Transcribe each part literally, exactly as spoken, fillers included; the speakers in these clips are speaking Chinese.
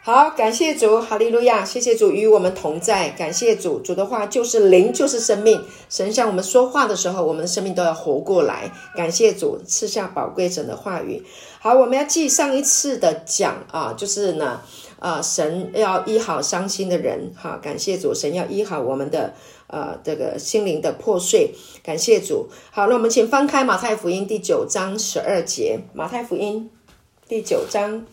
好，感谢主，哈利路亚，谢谢主与我们同在，感谢主，主的话就是灵，就是生命，神向我们说话的时候，我们的生命都要活过来，感谢主赐下宝贵神的话语。好，我们要记上一次的讲啊，就是呢啊，神要医好伤心的人，哈，感谢主，神要医好我们的呃这个心灵的破碎，感谢主。好，那我们请翻开马太福音第九章十二节，马太福音第九章。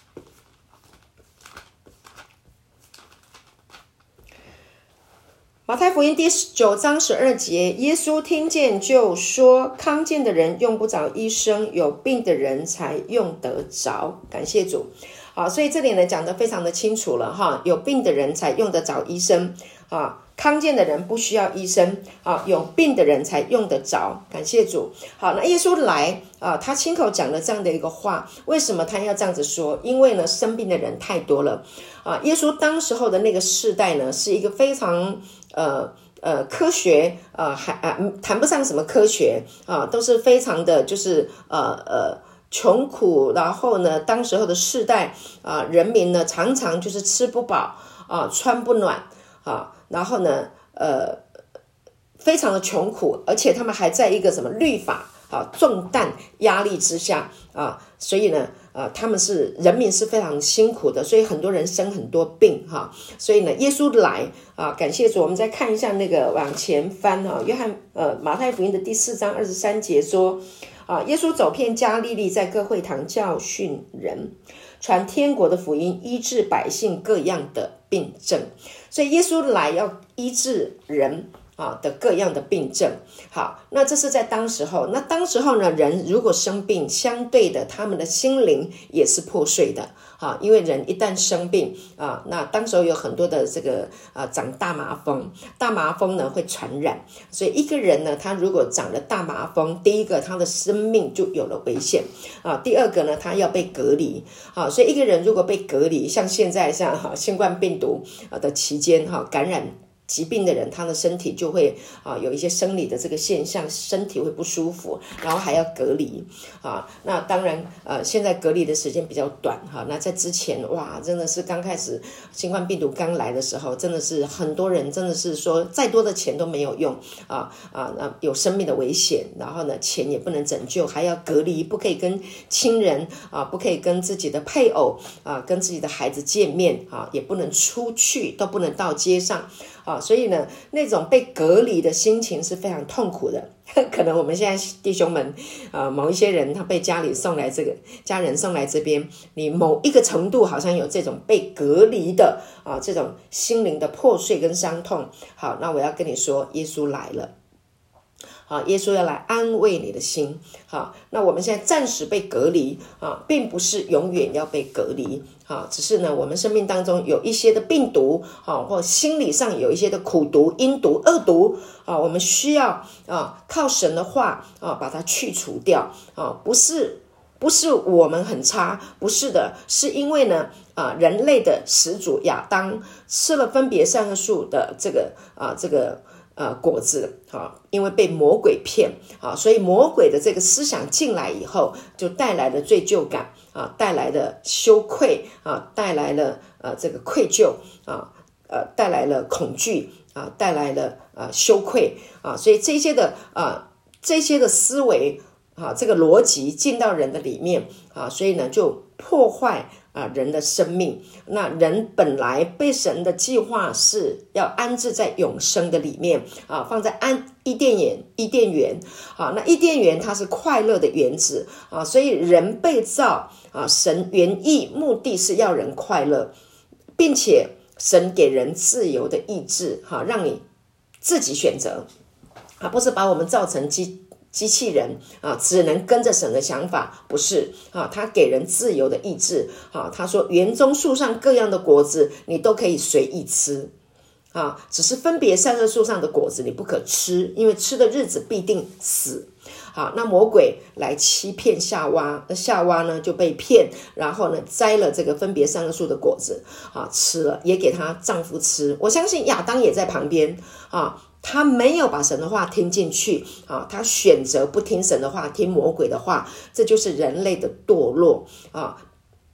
马太福音第九章十二节，耶稣听见就说，康健的人用不着医生，有病的人才用得着。感谢主。好，所以这里呢讲得非常的清楚了哈，有病的人才用得着医生啊，康健的人不需要医生啊，有病的人才用得着。感谢主。好，那耶稣来啊，他亲口讲了这样的一个话，为什么他要这样子说？因为呢，生病的人太多了啊。耶稣当时候的那个世代呢，是一个非常呃呃科学呃还啊谈不上什么科学啊，都是非常的就是呃呃。穷苦，然后呢，当时候的世代啊，人民呢常常就是吃不饱啊，穿不暖啊，然后呢，呃，非常的穷苦，而且他们还在一个什么律法啊重担压力之下啊，所以呢，呃，他们是人民是非常辛苦的，所以很多人生很多病哈、啊，所以呢，耶稣来啊，感谢主，我们再看一下那个往前翻啊，约翰呃马太福音的第四章二十三节说。啊，耶稣走遍加利利，在各会堂教训人，传天国的福音，医治百姓各样的病症。所以耶稣来要医治人啊的各样的病症。好，那这是在当时候。那当时候呢，人如果生病，相对的，他们的心灵也是破碎的。啊，因为人一旦生病啊，那当时候有很多的这个啊长大麻风，大麻风呢会传染，所以一个人呢，他如果长了大麻风，第一个他的生命就有了危险啊，第二个呢，他要被隔离啊，所以一个人如果被隔离，像现在像哈新冠病毒啊的期间哈感染疾病的人，他的身体就会啊有一些生理的这个现象，身体会不舒服，然后还要隔离啊。那当然呃现在隔离的时间比较短哈。那在之前哇，真的是刚开始新冠病毒刚来的时候，真的是很多人真的是说再多的钱都没有用啊啊那有生命的危险，然后呢钱也不能拯救，还要隔离，不可以跟亲人啊，不可以跟自己的配偶啊，跟自己的孩子见面啊，也不能出去，都不能到街上。啊，所以呢，那种被隔离的心情是非常痛苦的。可能我们现在弟兄们，呃，某一些人他被家里送来这个家人送来这边，你某一个程度好像有这种被隔离的啊，这种心灵的破碎跟伤痛。好，那我要跟你说，耶稣来了。好，耶稣要来安慰你的心。好，那我们现在暂时被隔离啊，并不是永远要被隔离。好，只是呢，我们生命当中有一些的病毒啊，或心理上有一些的苦毒、阴毒、恶毒啊，我们需要啊靠神的话啊把它去除掉啊，不是不是我们很差，不是的，是因为呢啊人类的始祖亚当吃了分别善恶树的这个啊这个。呃，果子啊，因为被魔鬼骗啊，所以魔鬼的这个思想进来以后，就带来了罪疚感啊，带来了羞愧啊，带来了呃这个愧疚啊，呃带来了恐惧啊，带来了呃羞愧啊，所以这些的啊这些的思维啊，这个逻辑进到人的里面啊，所以呢就破坏。啊，人的生命，那人本来被神的计划是要安置在永生的里面啊，放在安伊甸园，伊甸园啊，那伊甸园它是快乐的园子啊，所以人被造啊，神原意目的是要人快乐，并且神给人自由的意志，哈、啊，让你自己选择啊，不是把我们造成机。机器人啊，只能跟着神的想法，不是啊？他给人自由的意志啊。他说，园中树上各样的果子，你都可以随意吃啊，只是分别善恶树上的果子你不可吃，因为吃的日子必定死。好，那魔鬼来欺骗夏娃，那夏娃呢就被骗，然后呢摘了这个分别善恶树的果子啊，吃了，也给她丈夫吃。我相信亚当也在旁边啊。他没有把神的话听进去啊，他选择不听神的话，听魔鬼的话，这就是人类的堕落啊。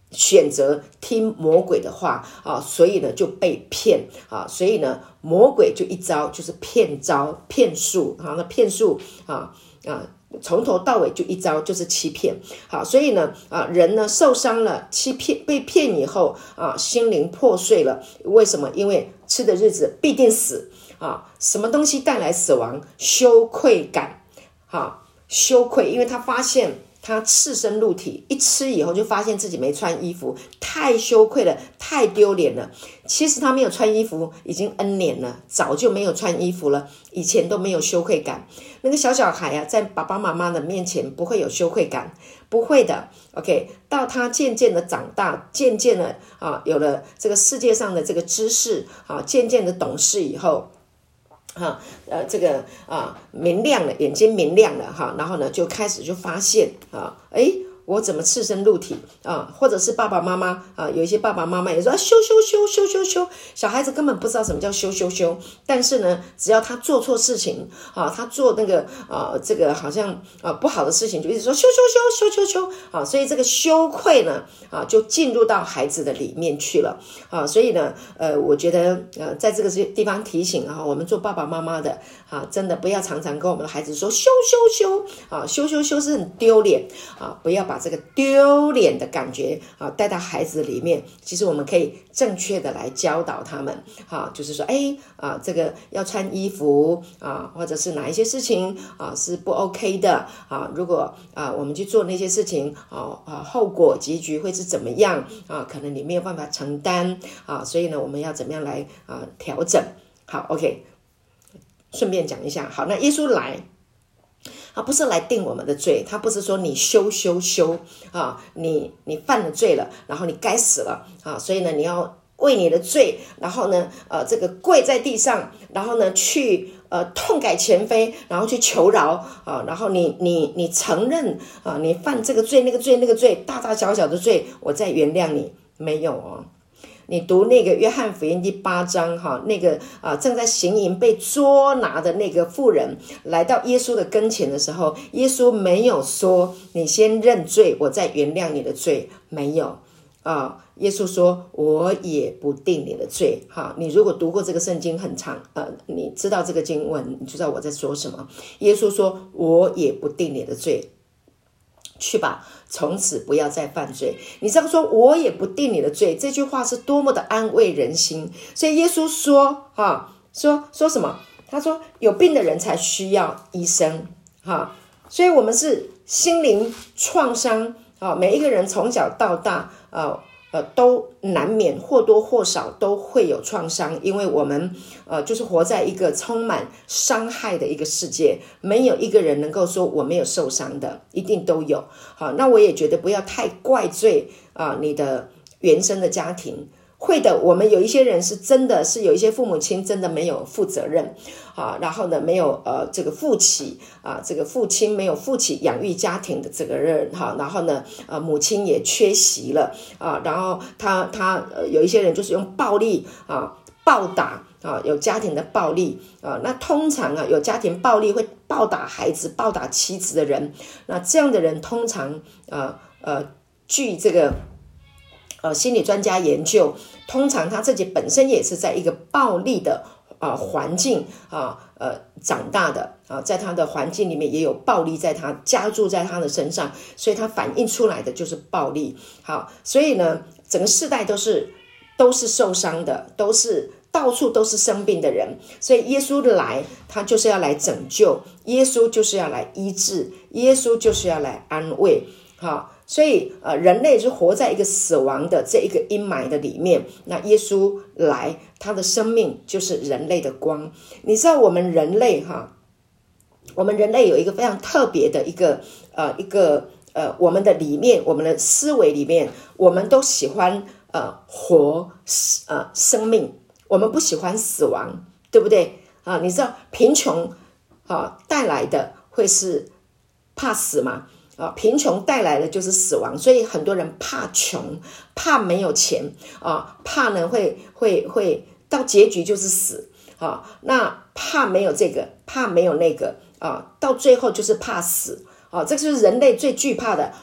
选择听魔鬼的话啊，所以呢就被骗啊，所以呢魔鬼就一招就是骗招骗术啊，那骗术啊啊。从头到尾就一招，就是欺骗。好，所以呢，啊，人呢受伤了，欺骗被骗以后啊，心灵破碎了。为什么？因为吃的日子必定死啊。什么东西带来死亡？羞愧感。好，羞愧，因为他发现他赤身露体，一吃以后就发现自己没穿衣服，太羞愧了，太丢脸了。其实他没有穿衣服已经 N 年了，早就没有穿衣服了，以前都没有羞愧感。那个小小孩啊，在爸爸妈妈的面前不会有羞愧感，不会的。OK， 到他渐渐的长大，渐渐的啊，有了这个世界上的这个知识啊，渐渐的懂事以后。哈，呃，这个啊，明亮了，眼睛明亮了哈，然后呢，就开始就发现啊，哎，我怎么赤身露体啊？或者是爸爸妈妈啊，有一些爸爸妈妈也说、啊、羞羞羞羞羞羞，小孩子根本不知道什么叫羞羞羞，但是呢，只要他做错事情啊，他做那个啊，这个好像啊不好的事情，就一直说羞羞羞羞羞羞啊，所以这个羞愧呢啊，就进入到孩子的里面去了啊，所以呢，呃，我觉得呃，在这个地方提醒啊，我们做爸爸妈妈的啊，真的不要常常跟我们的孩子说羞羞羞啊，羞羞羞是很丢脸啊，不要把这个丢脸的感觉啊带到孩子里面。其实我们可以正确的来教导他们啊，就是说，哎啊，这个要穿衣服啊，或者是哪一些事情啊是不 OK 的啊，如果啊我们去做那些事情啊啊，后果结局会是怎么样啊？可能你没有办法承担啊，所以呢，我们要怎么样来啊调整？好 ，OK。顺便讲一下，好，那耶稣来，他不是来定我们的罪，他不是说你羞羞羞啊，你你犯了罪了，然后你该死了啊，所以呢，你要为你的罪，然后呢，呃，这个跪在地上，然后呢，去呃痛改前非，然后去求饶啊，然后你你你承认啊，你犯这个罪那个罪那个罪，大大小小的罪，我再原谅你，没有哦。你读那个约翰福音第八章哈，那个啊正在行淫被捉拿的那个妇人来到耶稣的跟前的时候，耶稣没有说你先认罪，我再原谅你的罪，没有啊。耶稣说我也不定你的罪哈。你如果读过这个圣经很长，呃，你知道这个经文，你就知道我在说什么。耶稣说我也不定你的罪，去吧，从此不要再犯罪。你这样说我也不定你的罪，这句话是多么的安慰人心。所以耶稣说哈，说说什么？他说有病的人才需要医生哈。所以我们是心灵创伤啊，每一个人从小到大啊呃，都难免或多或少都会有创伤，因为我们呃就是活在一个充满伤害的一个世界，没有一个人能够说我没有受伤的，一定都有。好，那我也觉得不要太怪罪啊、呃、你的原生的家庭。会的，我们有一些人是真的是有一些父母亲真的没有负责任啊，然后呢没有呃这个负起啊这个父亲没有负起养育家庭的责任哈，然后呢呃母亲也缺席了啊，然后他他呃有一些人就是用暴力啊暴打啊，有家庭的暴力啊，那通常啊有家庭暴力会暴打孩子暴打妻子的人，那这样的人通常呃呃据这个呃，心理专家研究，通常他自己本身也是在一个暴力的啊、呃、环境啊呃长大的啊，在他的环境里面也有暴力在他加注在他的身上，所以他反映出来的就是暴力。好，所以呢，整个世代都是都是受伤的，都是到处都是生病的人，所以耶稣来，他就是要来拯救，耶稣就是要来医治，耶稣就是要来安慰。好。所以呃，人类是活在一个死亡的这一个阴霾的里面，那耶稣来，他的生命就是人类的光。你知道我们人类哈，我们人类有一个非常特别的一个呃一个呃我们的里面，我们的思维里面，我们都喜欢呃活呃生命，我们不喜欢死亡，对不对啊？你知道贫穷啊带来的会是怕死吗？啊，贫穷带来的就是死亡，所以很多人怕穷，怕没有钱啊，怕呢会会会到结局就是死啊。那怕没有这个，怕没有那个啊，到最后就是怕死啊。这就是人类最惧怕的。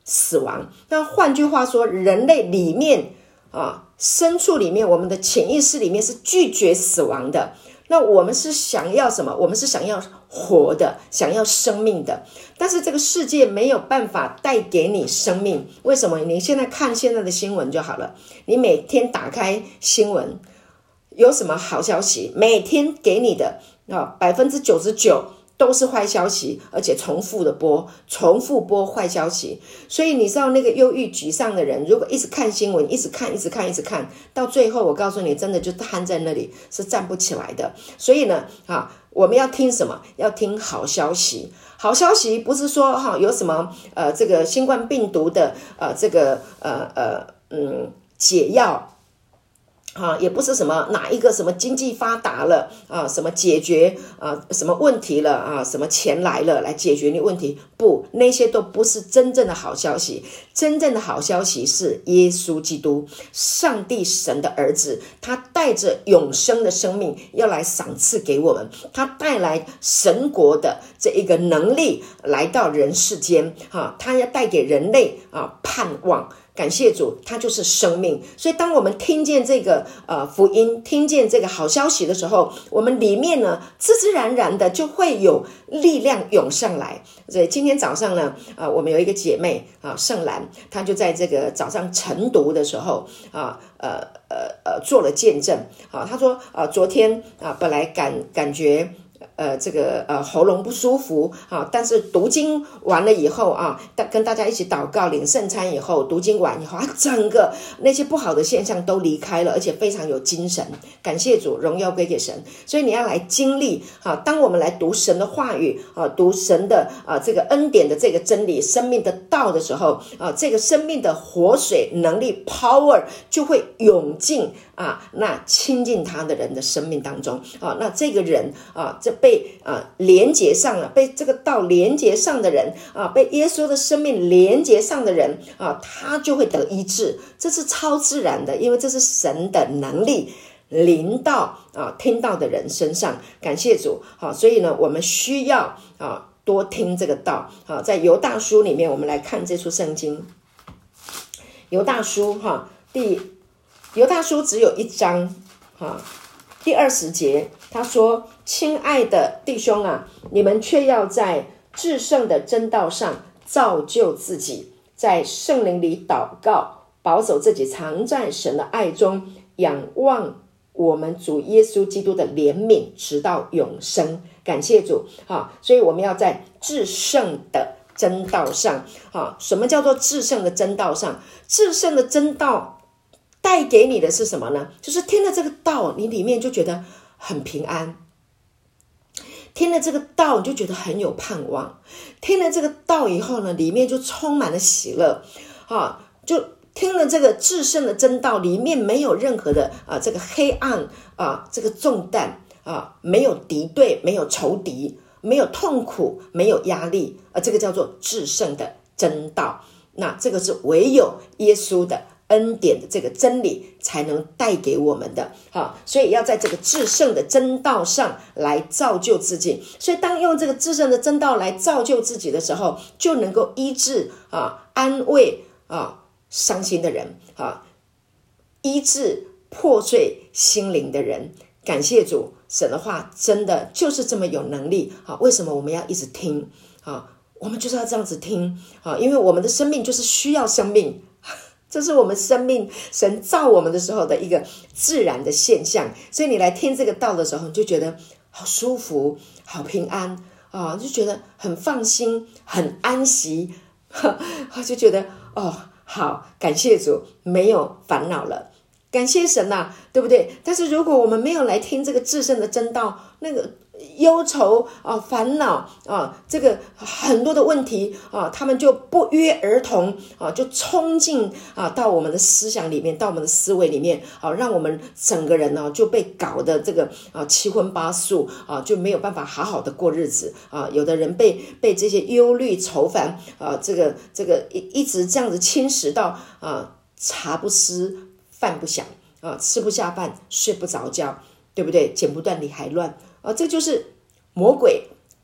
死亡。那换句话说，人类里面啊，深处里面，我们的潜意识里面是拒绝死亡的。那我们是想要什么？我们是想要活的，想要生命的。但是这个世界没有办法带给你生命，为什么？你现在看现在的新闻就好了，你每天打开新闻，有什么好消息？每天给你的啊，百分之九十九都是坏消息，而且重复的播，重复播坏消息。所以你知道那个忧郁沮丧的人，如果一直看新闻，一直看，一直看，一直看，到最后我告诉你，真的就瘫在那里，是站不起来的。所以呢，啊，我们要听什么？要听好消息。好消息不是说哈、啊、有什么呃这个新冠病毒的呃这个呃呃嗯解药。啊，也不是什么哪一个什么经济发达了啊，什么解决啊什么问题了啊，什么钱来了来解决你问题，不，那些都不是真正的好消息。真正的好消息是耶稣基督，上帝神的儿子，他带着永生的生命要来赏赐给我们，他带来神国的这一个能力来到人世间啊，他要带给人类啊盼望。感谢主，它就是生命。所以当我们听见这个呃福音，听见这个好消息的时候，我们里面呢自自然然的就会有力量涌上来。所以今天早上呢，呃，我们有一个姐妹啊，圣兰，她就在这个早上晨读的时候啊，呃呃呃做了见证啊。她说啊，昨天啊本来感感觉。呃，这个呃喉咙不舒服啊，但是读经完了以后啊，跟大家一起祷告领圣餐以后，读经完以后，啊，整个那些不好的现象都离开了，而且非常有精神。感谢主，荣耀归给神。所以你要来经历啊，当我们来读神的话语啊，读神的啊这个恩典的这个真理、生命的道的时候啊，这个生命的活水能力 power 就会涌进啊那亲近他的人的生命当中啊，那这个人啊，这被啊连接上了，被这个道连接上的人啊，被耶稣的生命连接上的人啊，他就会得医治。这是超自然的，因为这是神的能力临到啊听到的人身上。感谢主，好，所以呢，我们需要啊多听这个道。好，在犹大书里面，我们来看这出圣经。犹大书哈，第犹大书只有一章哈，第二十节，他说：“亲爱的弟兄啊，你们却要在至圣的真道上造就自己，在圣灵里祷告，保守自己常在神的爱中，仰望我们主耶稣基督的怜悯，直到永生。”感谢主，好，所以我们要在至圣的真道上，好，什么叫做至圣的真道上？至圣的真道带给你的是什么呢？就是听了这个道，你里面就觉得很平安。听了这个道，你就觉得很有盼望。听了这个道以后呢，里面就充满了喜乐。啊，就听了这个至圣的真道，里面没有任何的啊这个黑暗啊这个重担啊，没有敌对，没有仇敌，没有痛苦，没有压力啊，这个叫做至圣的真道。那这个是唯有耶稣的恩典的这个真理才能带给我们的，好，所以要在这个至圣的真道上来造就自己。所以当用这个至圣的真道来造就自己的时候，就能够医治啊、安慰啊伤心的人啊，医治破碎心灵的人。感谢主，神的话真的就是这么有能力啊！为什么我们要一直听啊？我们就是要这样子听啊，因为我们的生命就是需要生命。这是我们生命神造我们的时候的一个自然的现象，所以你来听这个道的时候，你就觉得好舒服，好平安啊，就觉得很放心，很安息，就觉得哦，好，感谢主，没有烦恼了，感谢神呐、啊，对不对？但是如果我们没有来听这个至圣的真道，那个忧愁啊、烦恼啊，这个很多的问题啊，他们就不约而同啊，就冲进啊到我们的思想里面，到我们的思维里面啊，让我们整个人呢、啊、就被搞得这个啊七荤八素啊，就没有办法好好的过日子啊。有的人被被这些忧虑愁烦啊，这个这个一一直这样子侵蚀到啊，茶不思饭不想啊，吃不下饭睡不着觉，对不对？剪不断理还乱啊，这就是魔鬼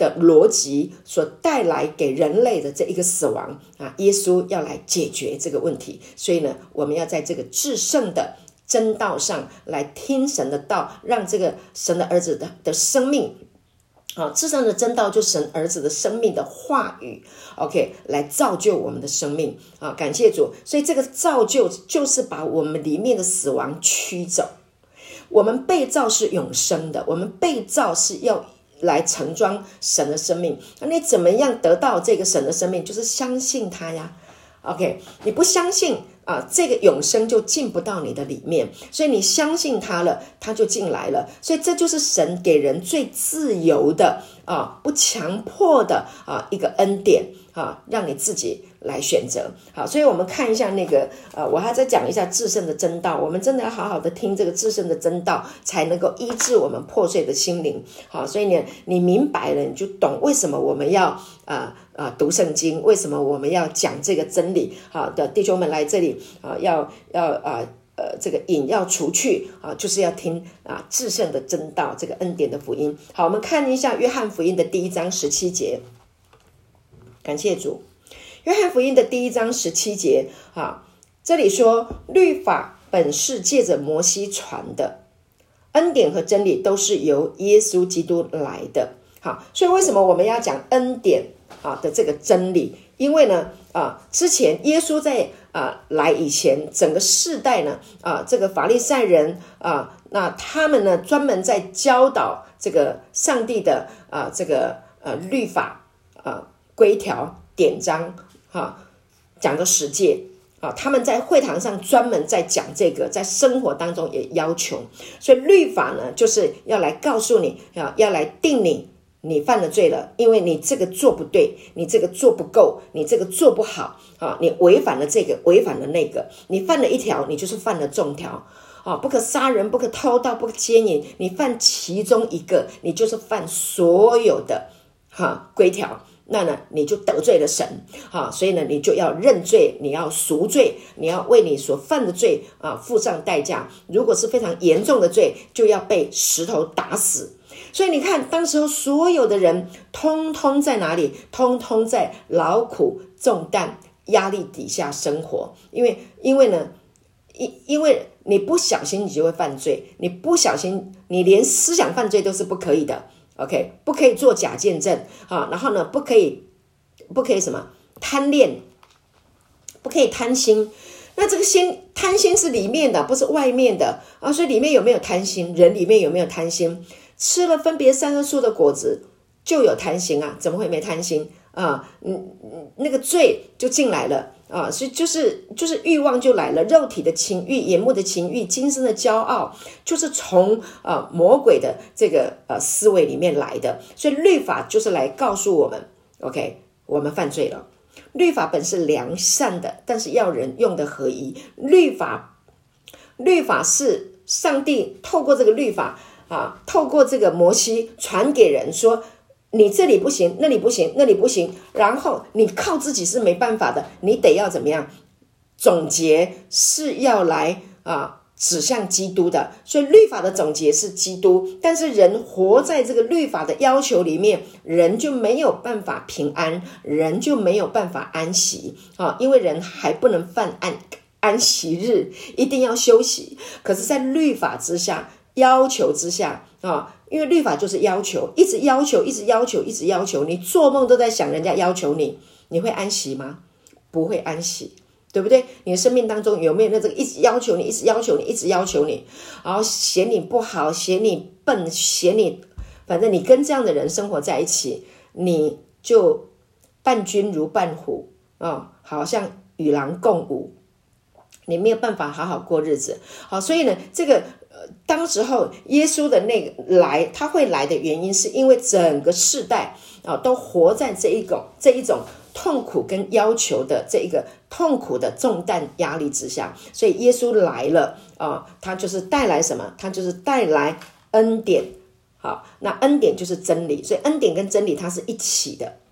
的逻辑所带来给人类的这一个死亡啊，耶稣要来解决这个问题。所以呢，我们要在这个至圣的真道上来听神的道，让这个神的儿子 的, 的生命啊，至圣的真道就是神儿子的生命的话语 OK 来造就我们的生命啊，感谢主。所以这个造就就是把我们里面的死亡驱走。我们被造是永生的，我们被造是要来盛装神的生命。那你怎么样得到这个神的生命？就是相信他呀 OK 你不相信啊，这个永生就进不到你的里面，所以你相信他了，他就进来了。所以这就是神给人最自由的啊，不强迫的啊一个恩典啊，让你自己来选择。好，所以我们看一下那个呃，我还再讲一下至圣的真道。我们真的要好好的听这个至圣的真道，才能够医治我们破碎的心灵。好，所以呢，你明白了，你就懂为什么我们要啊啊、呃、读圣经，为什么我们要讲这个真理。好的，弟兄们来这里啊，要要啊。呃，这个瘾要除去啊，就是要听啊至圣的真道，这个恩典的福音。好，我们看一下约翰福音的第一章十七节，感谢主。约翰福音的第一章十七节啊，这里说律法本是借着摩西传的，恩典和真理都是由耶稣基督来的。好，所以为什么我们要讲恩典啊的这个真理？因为呢啊，之前耶稣在啊来以前，整个世代呢啊，这个法利赛人啊，那他们呢专门在教导这个上帝的啊这个呃律法啊规条典章啊，讲个十诫啊，他们在会堂上专门在讲这个，在生活当中也要求。所以律法呢，就是要来告诉你啊，要来定你。你犯了罪了，因为你这个做不对，你这个做不够，你这个做不好啊，你违反了这个，违反了那个，你犯了一条，你就是犯了众条啊，不可杀人，不可偷盗，不可奸淫，你犯其中一个，你就是犯所有的哈规条，那呢你就得罪了神啊，所以呢你就要认罪，你要赎罪，你要为你所犯的罪啊付上代价。如果是非常严重的罪，就要被石头打死。所以你看，当时候所有的人通通在哪里？通通在劳苦重担压力底下生活。因为因为呢因因为你不小心你就会犯罪，你不小心你连思想犯罪都是不可以的。OK， 不可以做假见证啊，然后呢不可以不可以什么贪恋，不可以贪心。那这个心贪心是里面的，不是外面的啊。所以里面有没有贪心？人里面有没有贪心？吃了分别善恶树的果子就有贪心啊，怎么会没贪心啊？嗯，那个罪就进来了啊，所以就是就是欲望就来了，肉体的情欲、眼目的情欲、今生的骄傲，就是从啊魔鬼的这个呃思维里面来的。所以律法就是来告诉我们 ，OK， 我们犯罪了。律法本是良善的，但是要人用的合宜。律法，律法是上帝透过这个律法。啊，透过这个摩西传给人说，你这里不行，那里不行，那里不行，然后你靠自己是没办法的，你得要怎么样？总结是要来啊指向基督的，所以律法的总结是基督，但是人活在这个律法的要求里面，人就没有办法平安，人就没有办法安息啊，因为人还不能犯安安息日，一定要休息。可是，在律法之下。要求之下啊，因为律法就是要求，一直要求，一直要求，一直要求，你做梦都在想人家要求你，你会安息吗？不会安息，对不对？你的生命当中有没有那这个一直要求你，一直要求你，一直要求你，然后嫌你不好，嫌你笨，嫌你，反正你跟这样的人生活在一起，你就伴君如伴虎啊，好像与狼共舞。你没有办法好好过日子。好，所以呢，这个呃，当时候耶稣的那个来，他会来的原因，是因为整个世代啊，都活在这一种这一种痛苦跟要求的这一个痛苦的重担压力之下，所以耶稣来了啊，他就是带来什么？他就是带来恩典。好，那恩典就是真理，所以恩典跟真理它是一起的。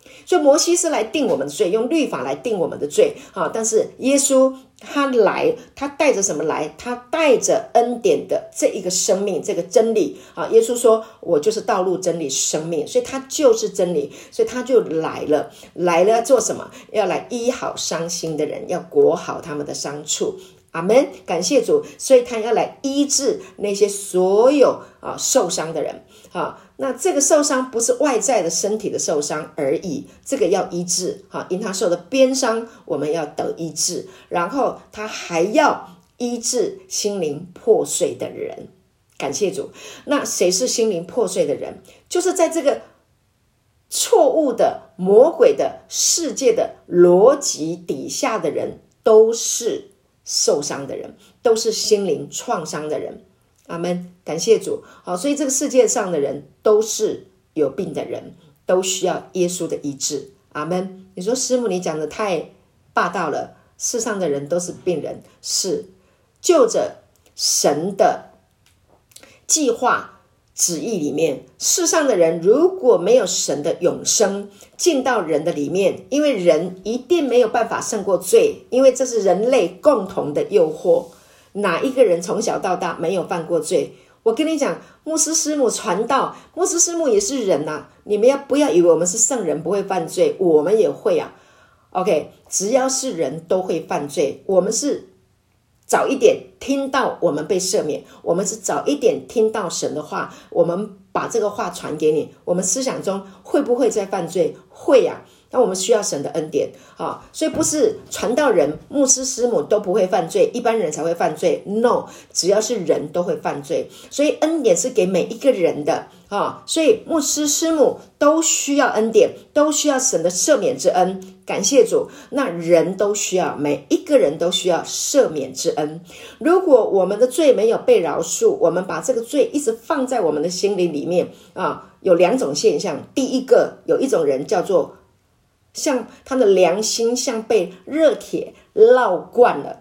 所以摩西是来定我们的罪，用律法来定我们的罪啊。但是耶稣他来，他带着什么来？他带着恩典的这一个生命，这个真理啊。耶稣说：“我就是道路、真理、生命。”所以他就是真理，所以他就来了，来了做什么？要来医好伤心的人，要裹好他们的伤处。阿们，感谢主。所以他要来医治那些所有啊受伤的人啊。那这个受伤不是外在的身体的受伤而已，这个要医治啊，因他受的鞭伤，我们要得医治。然后他还要医治心灵破碎的人，感谢主。那谁是心灵破碎的人？就是在这个错误的魔鬼的世界的逻辑底下的人，都是受伤的人，都是心灵创伤的人。阿们，感谢主。好，所以这个世界上的人都是有病的人，都需要耶稣的医治。阿们。你说师母你讲的太霸道了，世上的人都是病人，是就着神的计划旨意里面，世上的人如果没有神的永生进到人的里面，因为人一定没有办法胜过罪，因为这是人类共同的诱惑。哪一个人从小到大没有犯过罪？我跟你讲，牧师师母传道，牧师师母也是人啊，你们要不要以为我们是圣人不会犯罪？我们也会啊。 OK， 只要是人都会犯罪，我们是早一点听到我们被赦免，我们是早一点听到神的话，我们把这个话传给你，我们思想中会不会在犯罪？会啊。那我们需要神的恩典啊，所以不是传道人、牧师、师母都不会犯罪，一般人才会犯罪。No， 只要是人都会犯罪，所以恩典是给每一个人的啊。所以牧师、师母都需要恩典，都需要神的赦免之恩。感谢主，那人都需要，每一个人都需要赦免之恩。如果我们的罪没有被饶恕，我们把这个罪一直放在我们的心灵里面啊，有两种现象。第一个，有一种人叫做像他的良心像被热铁烙惯了。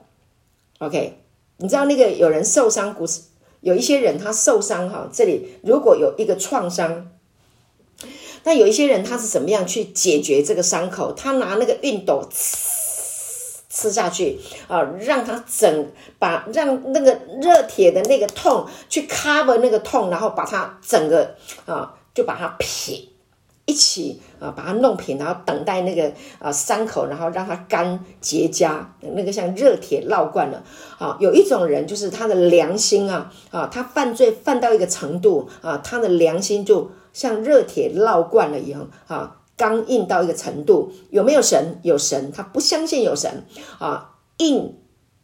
OK， 你知道那个有人受伤，有一些人他受伤哈，这里如果有一个创伤，那有一些人他是怎么样去解决这个伤口？他拿那个熨斗吃下去啊，让他整把让那个热铁的那个痛去 cover 那个痛，然后把它整个啊就把它撇一起啊，把它弄平，然后等待那个啊伤口，然后让它干结痂，那个像热铁烙惯了啊。有一种人就是他的良心啊啊，他犯罪犯到一个程度啊，他的良心就像热铁烙惯了一样啊，刚硬到一个程度。有没有神？有神，他不相信有神啊，硬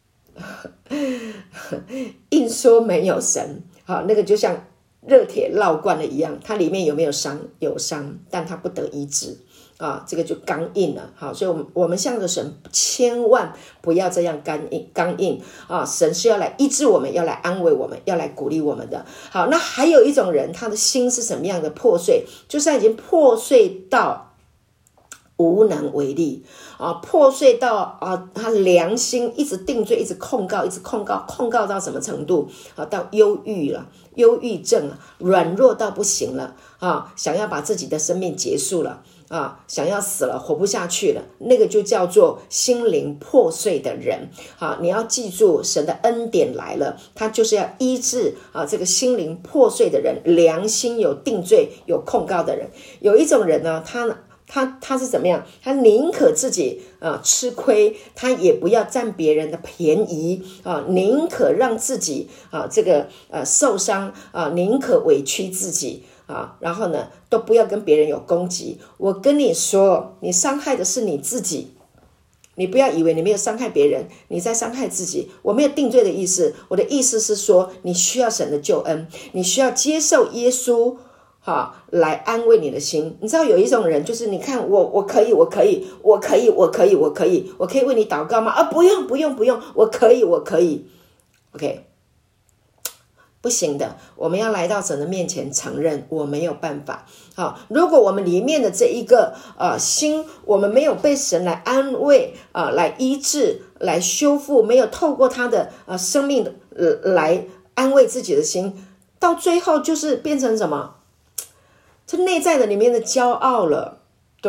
硬说没有神啊，那个就像热铁烙惯了一样，它里面有没有伤？有伤，但它不得医治啊，这个就刚硬了。好，所以我们我们向着神，千万不要这样刚硬刚硬啊！神是要来医治我们，要来安慰我们，要来鼓励我们的。好，那还有一种人，他的心是什么样的破碎？就是他已经破碎到无能为力啊，破碎到啊，他良心一直定罪，一直控告，一直控告，控告到什么程度啊？到忧郁了，忧郁症啊，软弱到不行了啊，想要把自己的生命结束了啊，想要死了，活不下去了，那个就叫做心灵破碎的人啊！你要记住，神的恩典来了，他就是要医治啊这个心灵破碎的人，良心有定罪、有控告的人。有一种人呢，他他他是怎么样？他宁可自己啊吃亏，他也不要占别人的便宜啊，宁可让自己啊这个呃受伤啊，宁可委屈自己啊，然后呢都不要跟别人有攻击。我跟你说，你伤害的是你自己，你不要以为你没有伤害别人，你在伤害自己。我没有定罪的意思，我的意思是说，你需要神的救恩，你需要接受耶稣好，来安慰你的心。你知道有一种人，就是你看我，我可以，我可以，我可以，我可以，我可以，我可以为你祷告吗？啊，不用，不用，不用，我可以，我可以。OK， 不行的，我们要来到神的面前，承认我没有办法。好，如果我们里面的这一个呃心，我们没有被神来安慰啊、呃，来医治，来修复，没有透过他的呃生命的、呃、来安慰自己的心，到最后就是变成什么？这内在的里面的骄傲了，对，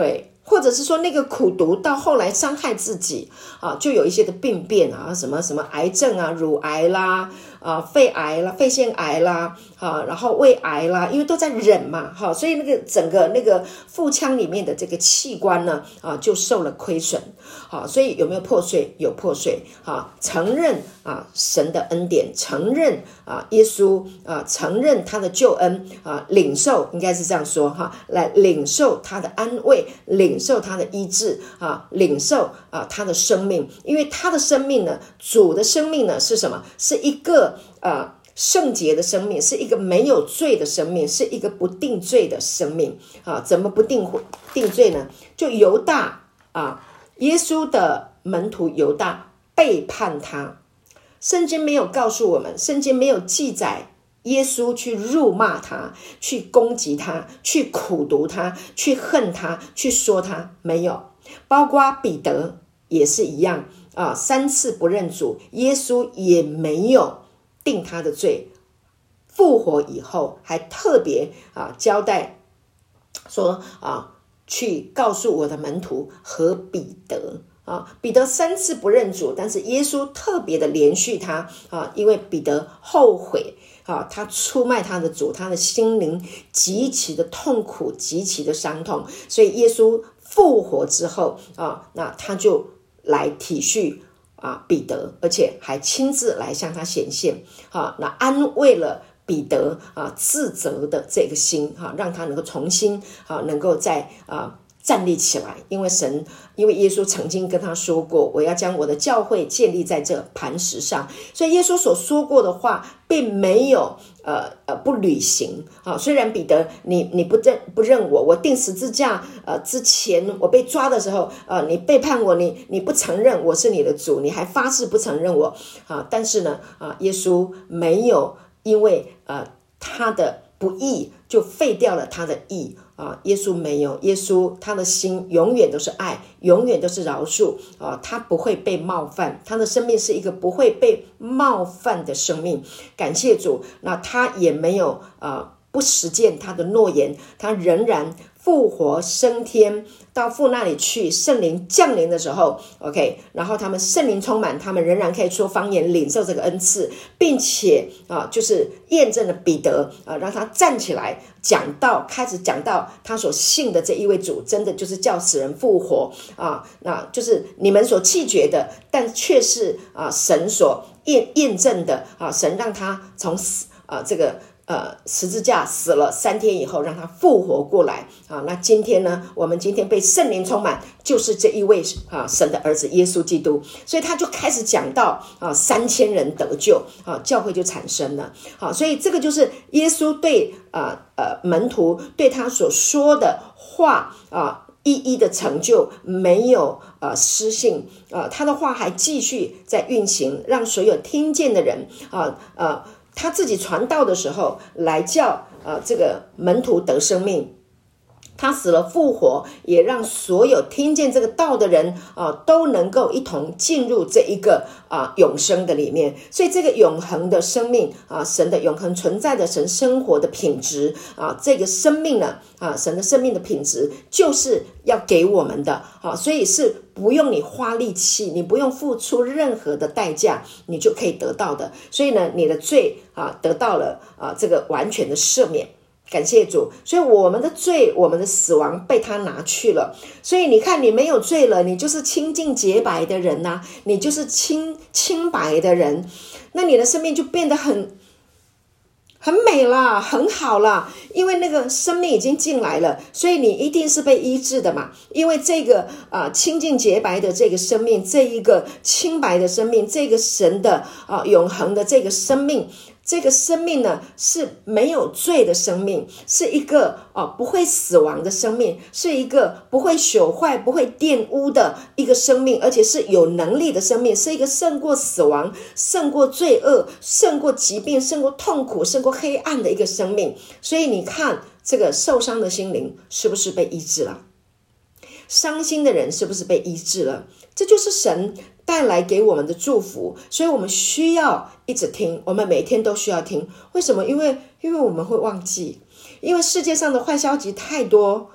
或者是说那个苦毒到后来伤害自己啊，就有一些的病变啊，什么什么癌症啊，乳癌啦，啊肺癌啦，肺腺癌啦，啊然后胃癌啦，因为都在忍嘛，哈、啊，所以那个整个那个腹腔里面的这个器官呢，啊就受了亏损，好、啊，所以有没有破碎？有破碎，啊，承认啊神的恩典，承认啊耶稣啊，承认他的救恩啊，领受应该是这样说哈、啊，来领受他的安慰，领受他的医治啊，领受啊他的生命，因为他的生命呢，主的生命呢是什么？是一个啊圣洁的生命，是一个没有罪的生命，是一个不定罪的生命啊。怎么不定定罪呢？就犹大啊，耶稣的门徒犹大背叛他，圣经没有告诉我们，圣经没有记载耶稣去辱骂他，去攻击他，去苦毒他，去恨他，去说他，没有。包括彼得也是一样啊，三次不认主，耶稣也没有定他的罪。复活以后还特别啊交代说啊，去告诉我的门徒和彼得啊，彼得三次不认主，但是耶稣特别的连续他啊，因为彼得后悔啊，他出卖他的主，他的心灵极其的痛苦，极其的伤痛，所以耶稣复活之后啊，那他就来体恤啊彼得，而且还亲自来向他显现啊，那安慰了彼得啊自责的这个心啊，让他能够重新啊能够再啊站立起来，因为神，因为耶稣曾经跟他说过，我要将我的教会建立在这磐石上，所以耶稣所说过的话并没有呃呃不履行啊。虽然彼得你你不认不认我，我钉十字架呃之前我被抓的时候呃你背叛我，你你不承认我是你的主，你还发誓不承认我啊，但是呢啊耶稣没有因为呃他的不义就废掉了他的义啊，耶稣没有，耶稣他的心永远都是爱，永远都是饶恕啊，他不会被冒犯，他的生命是一个不会被冒犯的生命。感谢主，那他也没有啊不实践他的诺言，他仍然复活升天到父那里去，圣灵降临的时候 OK， 然后他们圣灵充满，他们仍然可以说方言，领受这个恩赐，并且啊，就是验证了彼得啊，让他站起来讲道，开始讲到他所信的这一位主真的就是叫死人复活啊，那就是你们所弃绝的，但却是啊神所验验证的啊，神让他从死啊这个呃，十字架死了三天以后，让他复活过来啊。那今天呢，我们今天被圣灵充满，就是这一位啊神的儿子耶稣基督，所以他就开始讲到啊，三千人得救啊，教会就产生了。好，所以这个就是耶稣对啊呃门徒对他所说的话啊。一一的成就，没有呃失信啊、呃，他的话还继续在运行，让所有听见的人啊呃。呃他自己传道的时候来叫呃这个门徒得生命，他死了复活，也让所有听见这个道的人啊、呃、都能够一同进入这一个啊、呃、永生的里面。所以这个永恒的生命啊、呃、神的永恒存在的神生活的品质啊、呃、这个生命呢啊、呃、神的生命的品质就是要给我们的啊、呃、所以是不用你花力气，你不用付出任何的代价，你就可以得到的。所以呢，你的罪啊得到了啊这个完全的赦免，感谢主。所以我们的罪，我们的死亡被他拿去了。所以你看，你没有罪了，你就是清净洁白的人呐、啊，你就是清清白的人，那你的生命就变得很。很美啦，很好啦，因为那个生命已经进来了，所以你一定是被医治的嘛。因为这个啊、呃、清净洁白的这个生命，这一个清白的生命，这个神的啊、呃、永恒的这个生命。这个生命呢是没有罪的生命，是一个哦不会死亡的生命，是一个不会朽坏、不会玷污的一个生命，而且是有能力的生命，是一个胜过死亡、胜过罪恶、胜过疾病、胜过痛苦、胜过黑暗的一个生命。所以你看，这个受伤的心灵是不是被医治了？伤心的人是不是被医治了？这就是神带来给我们的祝福，所以我们需要一直听，我们每天都需要听。为什么？因为因为我们会忘记，因为世界上的坏消息太多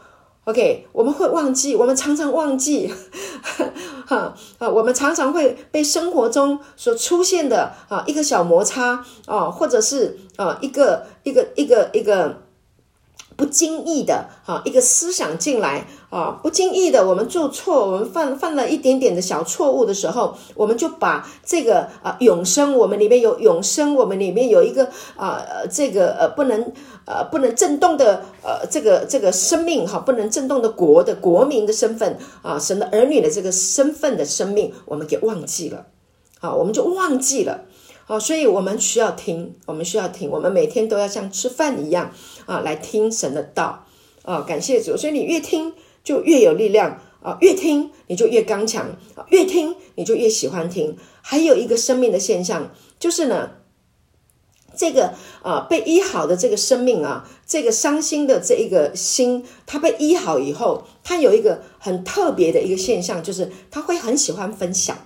OK， 我们会忘记，我们常常忘记，哈啊，我们常常会被生活中所出现的啊一个小摩擦啊，或者是啊一个一个一个一个不经意的啊一个思想进来啊，不经意的我们做错，我们犯犯了一点点的小错误的时候，我们就把这个啊永生，我们里面有永生，我们里面有一个啊这个呃不能。呃，不能震动的呃，这个这个生命哈，不能震动的国的国民的身份啊，神的儿女的这个身份的生命，我们给忘记了，啊，我们就忘记了，啊，所以我们需要听，我们需要听，我们每天都要像吃饭一样啊，来听神的道啊，感谢主，所以你越听就越有力量啊，越听你就越刚强啊，越听你就越喜欢听。还有一个生命的现象就是呢。这个啊、呃、被医好的这个生命啊，这个伤心的这一个心，它被医好以后，它有一个很特别的一个现象，就是他会很喜欢分享，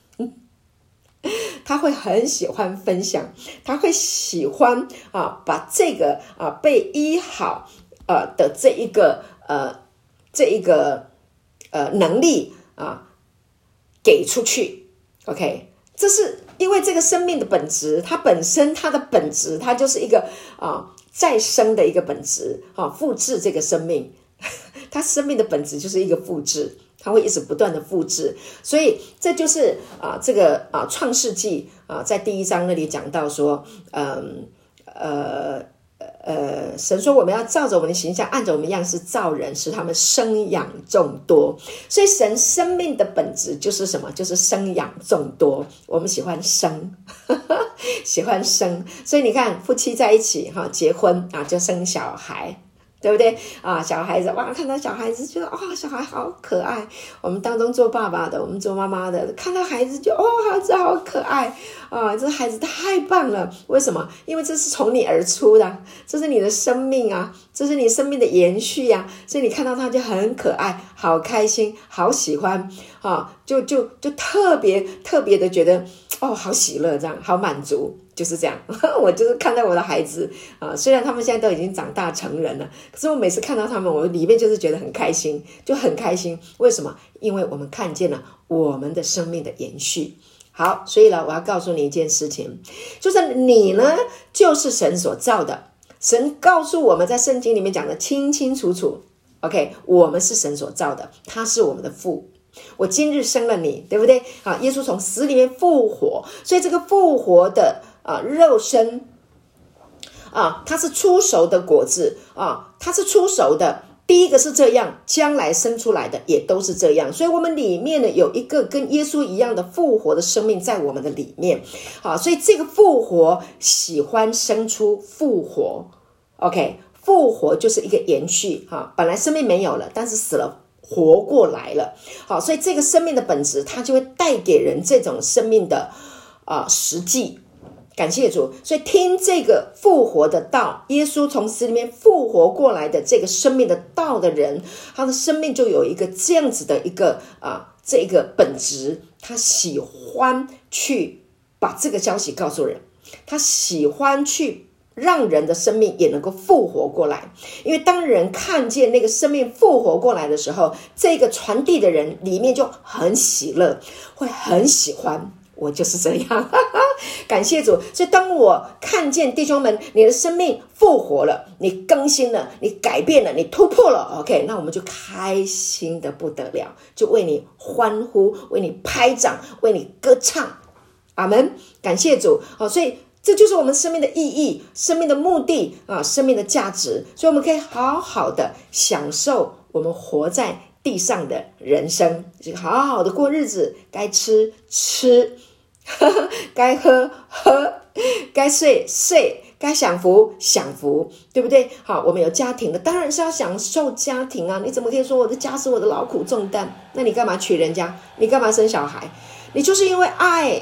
他会很喜欢分享，他会喜欢啊把这个啊被医好呃的这一个呃这一个呃能力啊给出去 ，OK， 这是。因为这个生命的本质，它本身它的本质，它就是一个啊再生的一个本质啊，复制这个生命，它生命的本质就是一个复制，它会一直不断的复制，所以这就是啊这个啊创世纪啊在第一章那里讲到说，嗯呃。呃，神说我们要照着我们的形象，按着我们样式造人，使他们生养众多。所以神生命的本质就是什么？就是生养众多。我们喜欢生，喜欢生，所以你看夫妻在一起哈，结婚啊就生小孩。对不对啊？小孩子哇，看到小孩子觉得哇、哦，小孩好可爱。我们当中做爸爸的，我们做妈妈的，看到孩子就哦，孩子好可爱啊！这孩子太棒了。为什么？因为这是从你而出的，这是你的生命啊，这是你生命的延续啊。所以你看到他就很可爱，好开心，好喜欢啊，就就就特别特别的觉得哦，好喜乐，这样好满足。就是这样，我就是看到我的孩子啊、呃，虽然他们现在都已经长大成人了，可是我每次看到他们，我里面就是觉得很开心，就很开心。为什么？因为我们看见了我们的生命的延续。好，所以呢，我要告诉你一件事情，就是你呢，就是神所造的。神告诉我们在圣经里面讲的清清楚楚 ，OK， 我们是神所造的，他是我们的父。我今日生了你，对不对？啊，耶稣从死里面复活，所以这个复活的。啊，肉身啊，它是出熟的果子啊，它是出熟的。第一个是这样，将来生出来的也都是这样。所以我们里面呢有一个跟耶稣一样的复活的生命在我们的里面。好，所以这个复活喜欢生出复活。OK， 复活就是一个延续哈，本来生命没有了，但是死了。活过来了。好，所以这个生命的本质，它就会带给人这种生命的啊、呃、实际。感谢主，所以听这个复活的道，耶稣从死里面复活过来的这个生命的道的人，他的生命就有一个这样子的一个啊，这个本质，他喜欢去把这个消息告诉人，他喜欢去让人的生命也能够复活过来。因为当人看见那个生命复活过来的时候，这个传递的人里面就很喜乐，会很喜欢。我就是这样感谢主。所以当我看见弟兄们你的生命复活了，你更新了，你改变了，你突破了 OK， 那我们就开心的不得了，就为你欢呼，为你拍掌，为你歌唱。阿们，感谢主、哦、所以这就是我们生命的意义，生命的目的啊，生命的价值。所以我们可以好好的享受我们活在地上的人生，好好的过日子，该吃吃，呵呵，该喝喝，该睡睡，该享福享福，对不对？好，我们有家庭的，当然是要享受家庭啊！你怎么可以说我的家是我的劳苦重担？那你干嘛娶人家？你干嘛生小孩？你就是因为爱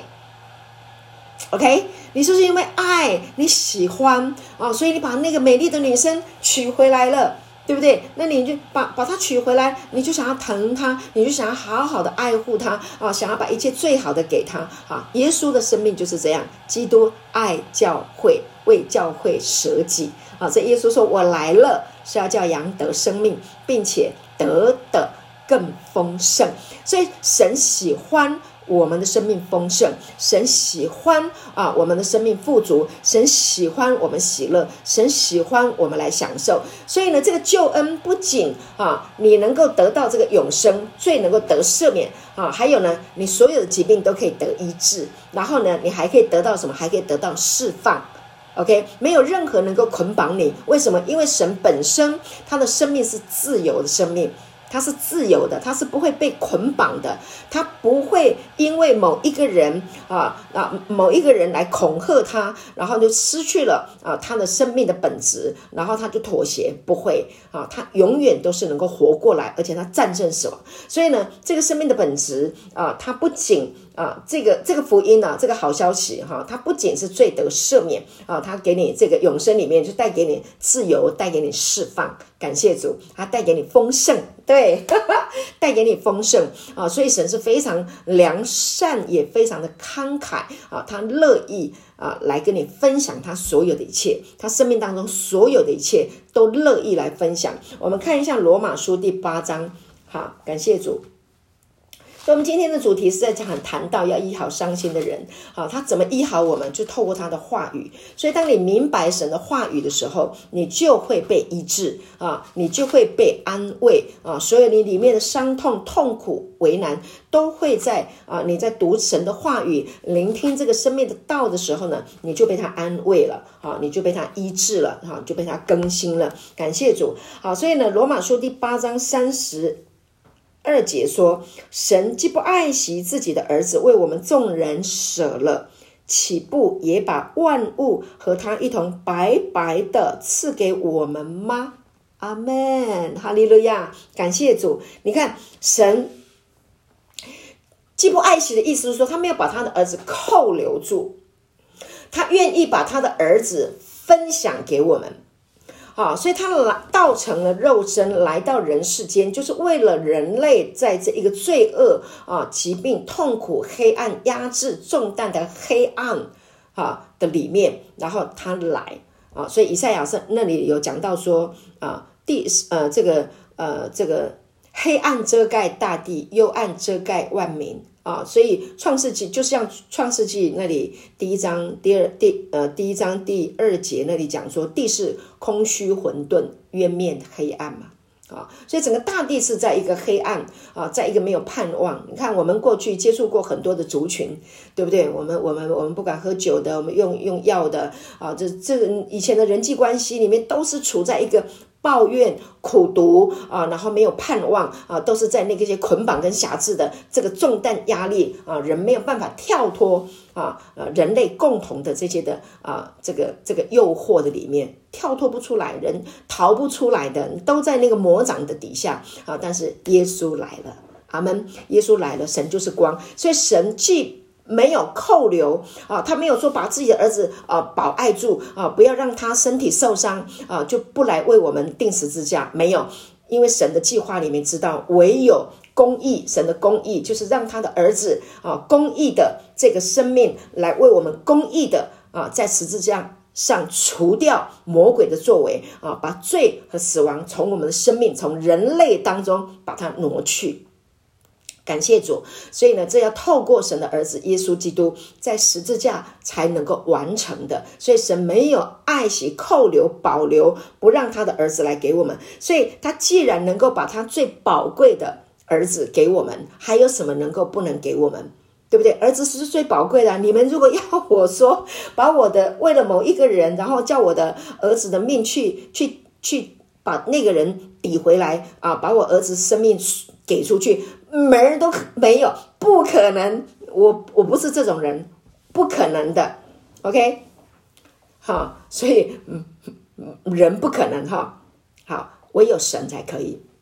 ，OK？ 你就是因为爱，你喜欢啊，所以你把那个美丽的女生娶回来了。 对不对？那你就把把他娶回来，你就想要疼他，你就想要好好的爱护他啊，想要把一切最好的给他啊。耶稣的生命就是这样，基督爱教会，为教会舍己啊。所以耶稣说：“我来了，是要叫羊得生命，并且得的更丰盛。”所以神喜欢我们的生命丰盛，神喜欢啊我们的生命富足，神喜欢我们喜乐，神喜欢我们来享受。所以呢，这个救恩不仅啊你能够得到这个永生，罪能够得赦免啊，还有呢，你所有的疾病都可以得医治，然后呢，你还可以得到什么？还可以得到释放。OK， 没有任何能够捆绑你。为什么？因为神本身他的生命是自由的生命，他是自由的，他是不会被捆绑的，他不会因为某一个人啊啊某一个人来恐吓他，然后就失去了啊他的生命的本质，然后他就妥协，不会啊，他永远都是能够活过来，而且他战胜死亡。所以呢，这个生命的本质啊，它不仅啊，这个这个福音啊，这个好消息哈、啊，它不仅是罪得赦免啊，它给你这个永生里面就带给你自由，带给你释放，感谢主，它带给你丰盛，对，带给你丰盛啊，所以神是非常良善，也非常的慷慨啊，他乐意啊来跟你分享他所有的一切，他生命当中所有的一切都乐意来分享。我们看一下罗马书第八章，好，感谢主。所以我们今天的主题是在讲谈到要医好伤心的人，好，他怎么医好我们，就透过他的话语。所以当你明白神的话语的时候，你就会被医治啊，你就会被安慰啊，所有你里面的伤痛、痛苦、为难，都会在啊你在读神的话语、聆听这个生命的道的时候呢，你就被他安慰了啊，你就被他医治了啊，就被他更新了。感谢主。好，所以呢，罗马书第八章三十二节说，神既不爱惜自己的儿子，为我们众人舍了，岂不也把万物和他一同白白的赐给我们吗？阿们，哈利路亚，感谢主。你看，神既不爱惜的意思是说，他没有把他的儿子扣留住，他愿意把他的儿子分享给我们。啊，所以他来道成了肉身，来到人世间，就是为了人类在这一个罪恶啊、疾病、痛苦、黑暗、压制、重担的黑暗啊的里面，然后他来啊，所以以赛亚是那里有讲到说啊，地呃这个呃这个黑暗遮盖大地，幽暗遮盖万民。啊，所以创世纪就像创世纪那里第一章第二第呃第一章第二节那里讲说，地是空虚混沌，渊面黑暗嘛。啊，所以整个大地是在一个黑暗啊，在一个没有盼望。你看，我们过去接触过很多的族群，对不对？我们我们我们不敢喝酒的，我们用用药的啊，这这以前的人际关系里面都是处在一个抱怨、苦毒啊，然后没有盼望啊，都是在那个些捆绑跟辖制的这个重担压力啊，人没有办法跳脱啊，呃，人类共同的这些的啊，这个这个诱惑的里面跳脱不出来，人逃不出来的，都在那个魔掌的底下啊。但是耶稣来了，阿们，耶稣来了，神就是光，所以神既没有扣留啊，他没有说把自己的儿子啊保爱住啊，不要让他身体受伤啊，就不来为我们钉十字架，没有，因为神的计划里面知道，唯有公义，神的公义就是让他的儿子啊，公义的这个生命来为我们公义的啊，在十字架上除掉魔鬼的作为啊，把罪和死亡从我们的生命，从人类当中把它挪去。感谢主，所以呢，这要透过神的儿子耶稣基督在十字架才能够完成的。所以神没有爱惜、扣留、保留，不让他的儿子来给我们。所以他既然能够把他最宝贵的儿子给我们，还有什么能够不能给我们？对不对？儿子是最宝贵的、啊。你们如果要我说，把我的为了某一个人，然后叫我的儿子的命去去去把那个人抵回来啊，把我儿子生命给出去，每人都没有，不可能。我我不是这种人，不可能的。OK， 好，所以嗯，人不可能哈。好，唯有神才可以。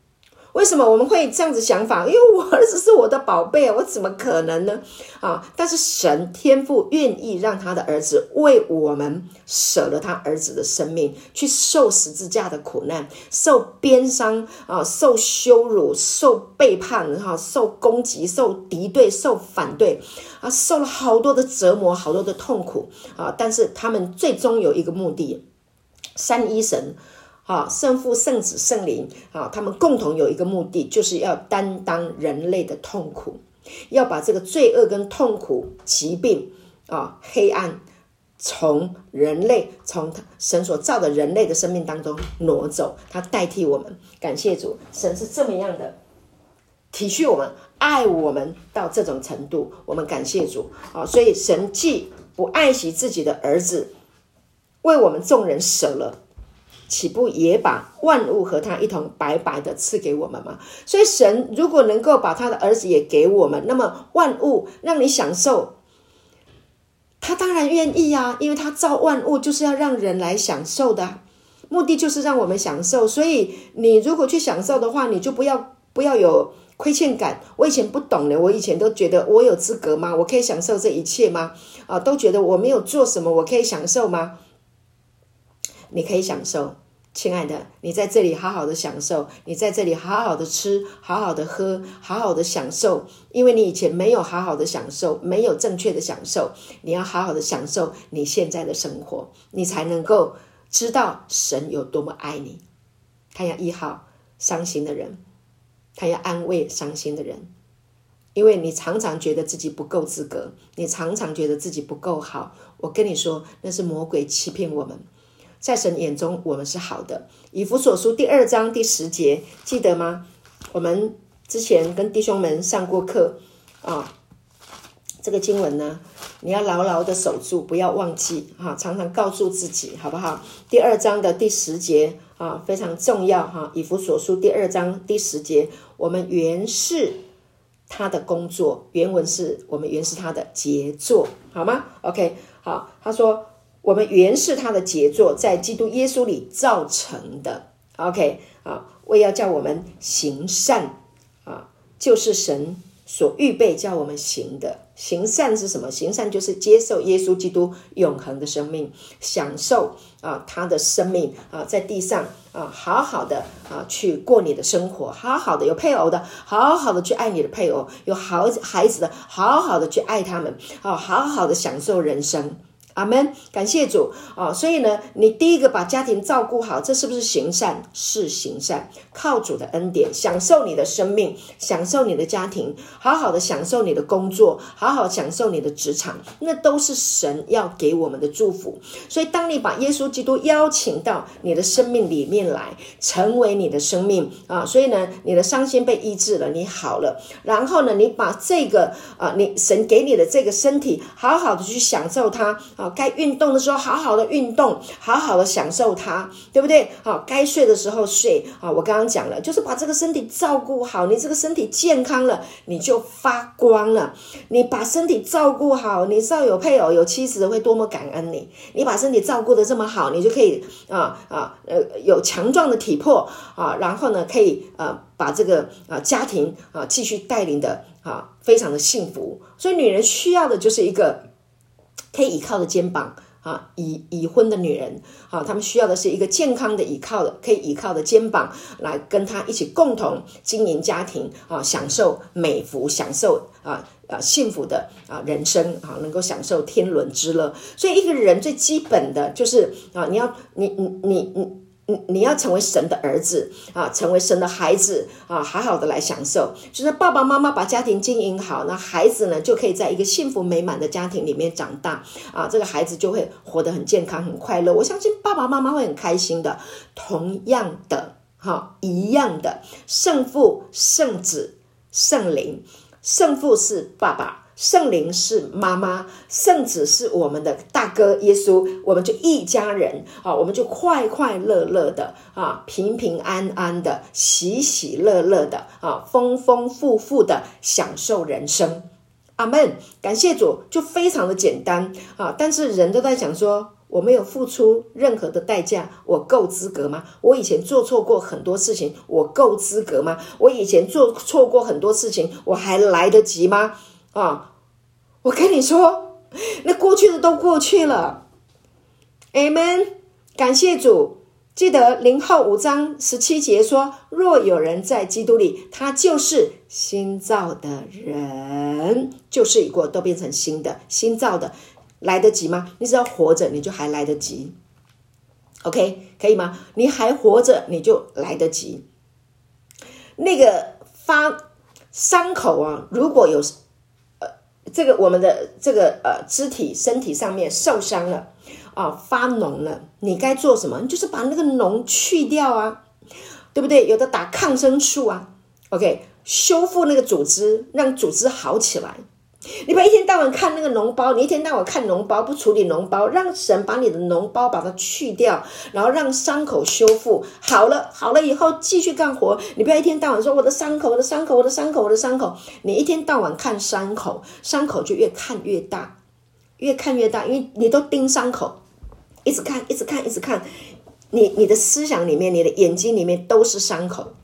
为什么我们会这样子想法？因为我儿子是我的宝贝，我怎么可能呢？啊！但是神天父愿意让他的儿子为我们舍了他儿子的生命，去受十字架的苦难，受鞭伤啊，受羞辱，受背叛，哈、啊，受攻击，受敌对，受反对啊，受了好多的折磨，好多的痛苦啊！但是他们最终有一个目的，三一神。啊，圣父、圣子、圣灵啊，他们共同有一个目的，就是要担当人类的痛苦，要把这个罪恶跟痛苦、疾病啊、黑暗从人类、从神所造的人类的生命当中挪走，他代替我们。感谢主，神是这么样的体恤我们、爱我们到这种程度，我们感谢主啊！所以神既不爱惜自己的儿子，为我们众人舍了，岂不也把万物和他一同白白的赐给我们吗？所以神如果能够把他的儿子也给我们，那么万物让你享受，他当然愿意啊，因为他造万物就是要让人来享受的，目的就是让我们享受。所以你如果去享受的话，你就不要不要有亏欠感。我以前不懂的，我以前都觉得我有资格吗？我可以享受这一切吗？啊，都觉得我没有做什么，我可以享受吗？你可以享受，亲爱的，你在这里好好的享受，你在这里好好的吃，好好的喝，好好的享受，因为你以前没有好好的享受，没有正确的享受，你要好好的享受你现在的生活，你才能够知道神有多么爱你。他要医好伤心的人，他要安慰伤心的人，因为你常常觉得自己不够资格，你常常觉得自己不够好，我跟你说，那是魔鬼欺骗我们。在神眼中我们是好的。以弗所书第二章第十节，记得吗？我们之前跟弟兄们上过课啊，这个经文呢，你要牢牢的守住，不要忘记哈，常常告诉自己，好不好？第二章的第十节啊，非常重要哈。以弗所书第二章第十节，我们原是他的工作，原文是我们原是他的杰作，好吗 ？OK， 好，他说。我们原是他的杰作，在基督耶稣里造成的。OK 啊，为要叫我们行善啊，就是神所预备叫我们行的。行善是什么？行善就是接受耶稣基督永恒的生命，享受啊他的生命啊，在地上啊好好的啊去过你的生活，好好的有配偶的，好好的去爱你的配偶；有好孩子的，好好的去爱他们，啊，好好的享受人生。阿们，感谢主啊！所以呢，你第一个把家庭照顾好，这是不是行善？是行善，靠主的恩典，享受你的生命，享受你的家庭，好好的享受你的工作，好好享受你的职场，那都是神要给我们的祝福。所以，当你把耶稣基督邀请到你的生命里面来，成为你的生命啊，所以呢，你的伤心被医治了，你好了，然后呢，你把这个啊，你神给你的这个身体，好好的去享受它。啊，该运动的时候好好的运动，好好的享受它，对不对？好，该睡的时候睡啊。我刚刚讲了，就是把这个身体照顾好，你这个身体健康了，你就发光了。你把身体照顾好，你知道有配偶有妻子会多么感恩你。你把身体照顾得这么好，你就可以啊啊呃有强壮的体魄啊，然后呢可以呃把这个啊家庭啊继续带领的啊非常的幸福。所以女人需要的就是一个可以依靠的肩膀啊，已已婚的女人啊，她们需要的是一个健康的依靠的，可以依靠的肩膀，来跟她一起共同经营家庭啊，享受美福，享受啊啊幸福的啊人生啊，能够享受天伦之乐。所以一个人最基本的就是啊，你要你你你你。你你要成为神的儿子啊，成为神的孩子啊，好好的来享受。就是爸爸妈妈把家庭经营好，那孩子呢就可以在一个幸福美满的家庭里面长大啊，这个孩子就会活得很健康、很快乐。我相信爸爸妈妈会很开心的。同样的，哈，一样的，圣父、圣子、圣灵，圣父是爸爸。圣灵是妈妈，圣子是我们的大哥耶稣，我们就一家人啊，我们就快快乐乐的啊，平平安安的，喜喜乐乐的啊，丰丰富富的享受人生。阿们，感谢主，就非常的简单啊。但是人都在讲说， 我没有付出任何的代价，我够资格吗？我以前做错过很多事情，我够资格吗？我以前做错过很多事情，我还来得及吗？啊，我跟你说，那过去的都过去了。 Amen， 感谢主。记得林后五章十七节说，若有人在基督里，他就是新造的人，旧事已过，都变成新的，新造的。来得及吗？你只要活着，你就还来得及。 OK， 可以吗？你还活着，你就来得及。那个发伤口啊，如果有呃这个我们的这个呃肢体身体上面受伤了啊，发脓了，你该做什么？你就是把那个脓去掉啊，对不对？有的打抗生素啊 ，OK， 修复那个组织，让组织好起来。你不要一天到晚看那个脓包，你一天到晚看脓包，不处理脓包，让神把你的脓包把它去掉，然后让伤口修复好了，好了以后继续干活。你不要一天到晚说我的伤口，我的伤口，我的伤口，我的伤口。你一天到晚看伤口，伤口就越看越大，越看越大，因为你都盯伤口，一直看，一直看，一直看，你你的思想里面，你的眼睛里面都是伤口。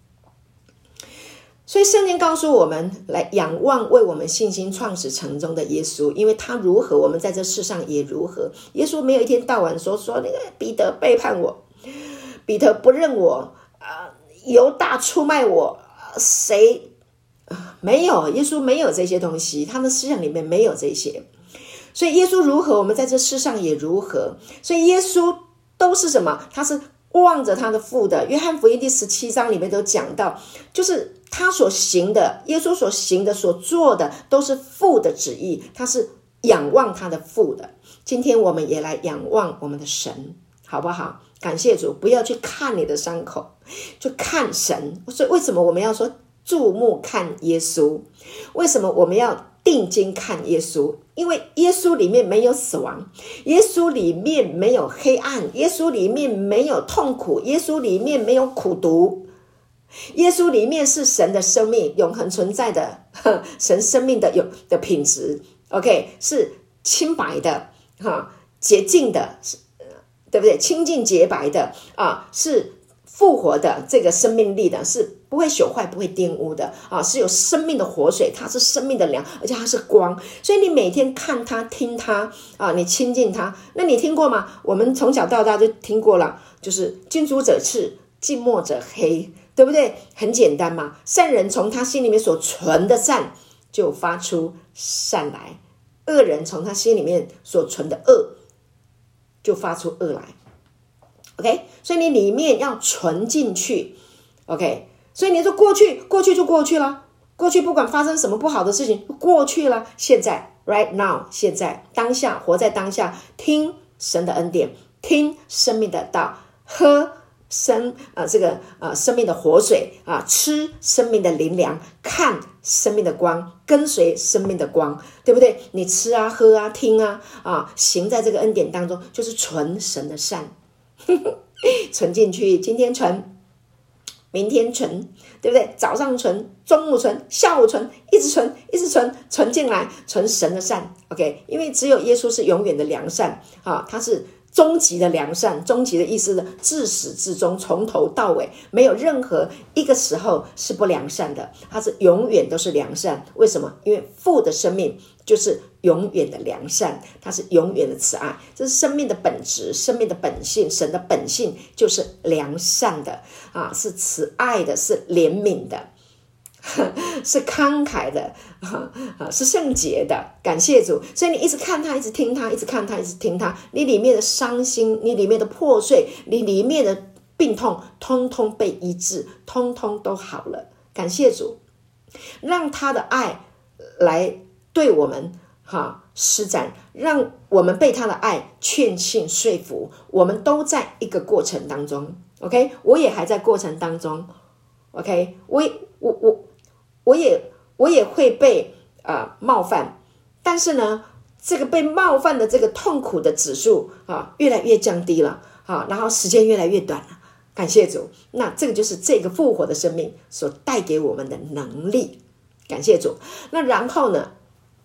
所以圣经告诉我们来仰望为我们信心创始成终的耶稣，因为他如何，我们在这世上也如何。耶稣没有一天到晚说说那个彼得背叛我，彼得不认我，呃、犹大出卖我，呃、谁、呃、没有，耶稣没有这些东西，他的思想里面没有这些。所以耶稣如何，我们在这世上也如何。所以耶稣都是什么？他是望着他的父的。约翰福音第十七章里面都讲到，就是他所行的，耶稣所行的所做的都是父的旨意，他是仰望他的父的。今天我们也来仰望我们的神，好不好？感谢主，不要去看你的伤口，就看神。所以为什么我们要说注目看耶稣？为什么我们要定睛看耶稣？因为耶稣里面没有死亡，耶稣里面没有黑暗，耶稣里面没有痛苦，耶稣里面没有苦毒，耶稣里面是神的生命，永恒存在的神生命的有的品质 OK， 是清白的洁净的，对不对？清净洁白的啊，是复活的，这个生命力的，是不会朽坏不会玷污的啊，是有生命的活水，它是生命的粮，而且它是光。所以你每天看它听它啊，你亲近它。那你听过吗？我们从小到大就听过了，就是近朱者赤，近墨者黑，对不对？很简单嘛，善人从他心里面所存的善就发出善来，恶人从他心里面所存的恶就发出恶来。OK， 所以你里面要存进去 OK， 所以你说过去过去就过去了，过去不管发生什么不好的事情过去了，现在 right now， 现在当下，活在当下，听神的恩典，听生命的道，喝生呃这个呃生命的活水啊，吃生命的灵粮，看生命的光，跟随生命的光，对不对？你吃啊喝啊听啊啊，行在这个恩典当中，就是存神的善存进去，今天存，明天存，对不对？早上存，中午存，下午存，一直存，一直存，存进来，存神的善 OK， 因为只有耶稣是永远的良善啊，他是终极的良善，终极的意思是自始至终，从头到尾没有任何一个时候是不良善的，他是永远都是良善。为什么？因为父的生命就是永远的良善，它是永远的慈爱，这是生命的本质，生命的本性，神的本性就是良善的啊，是慈爱的，是怜悯的，是慷慨的啊，是圣洁的，感谢主。所以你一直看他，一直听他，一直看他，一直听他，你里面的伤心，你里面的破碎，你里面的病痛通通被医治，通通都好了，感谢主。让他的爱来对我们哈施展，让我们被他的爱劝信说服，我们都在一个过程当中 OK， 我也还在过程当中 OK， 我我我我也我也会被呃冒犯，但是呢这个被冒犯的这个痛苦的指数啊越来越降低了啊，然后时间越来越短了，感谢主。那这个就是这个复活的生命所带给我们的能力，感谢主。那然后呢